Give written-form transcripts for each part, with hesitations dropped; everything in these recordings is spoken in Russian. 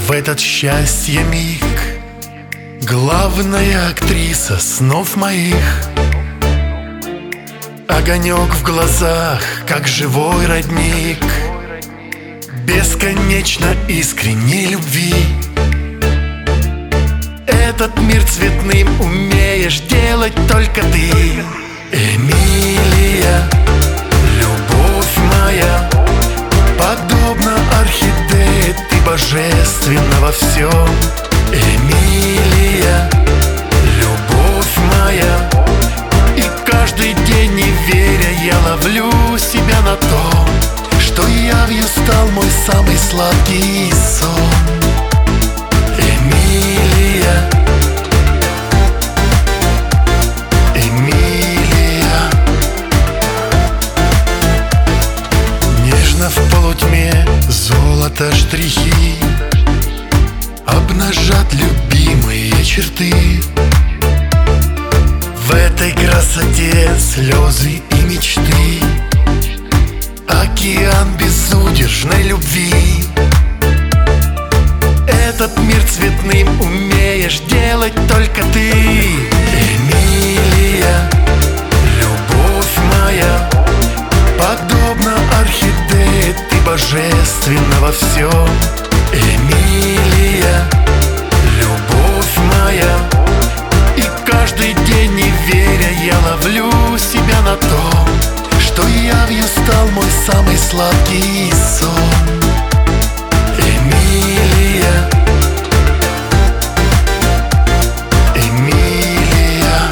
в этот счастье миг, главная актриса снов моих. Огонек в глазах, как живой родник, бесконечно искренней любви. Этот мир цветным умеешь делать только ты, Эмилия, любовь моя. Подобно орхидее ты божественна во всем, Эмилия, любовь моя. И каждый день, не веря, я ловлю себя на том, что явью стал мой самый сладкий сон, Эмилия, Эмилия. Нежно в полутьме золото штрихи обнажат любимые черты. В этой красоте слезы и мечты, океан безудержной любви. Этот мир цветным умеешь делать только ты, Эмилия, любовь моя. Подобно орхидее ты божественна во всем, Эмилия, любовь моя. И каждый день, не веря, я ловлю себя на том, что явью стал мой самый сладкий сон, Эмилия, Эмилия.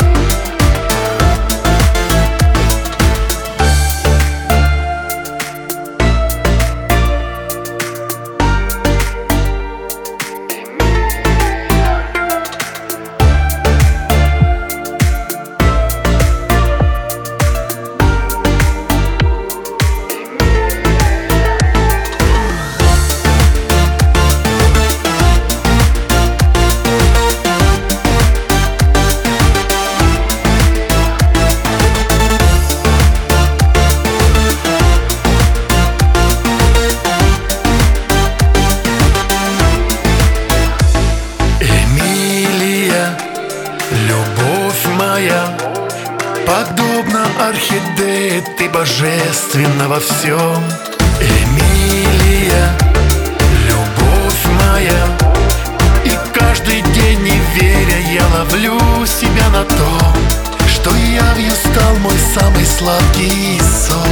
Любовь моя, подобно орхидее ты божественна во всем, Эмилия, любовь моя. И каждый день, не веря, я ловлю себя на том, что явью стал мой самый сладкий сон.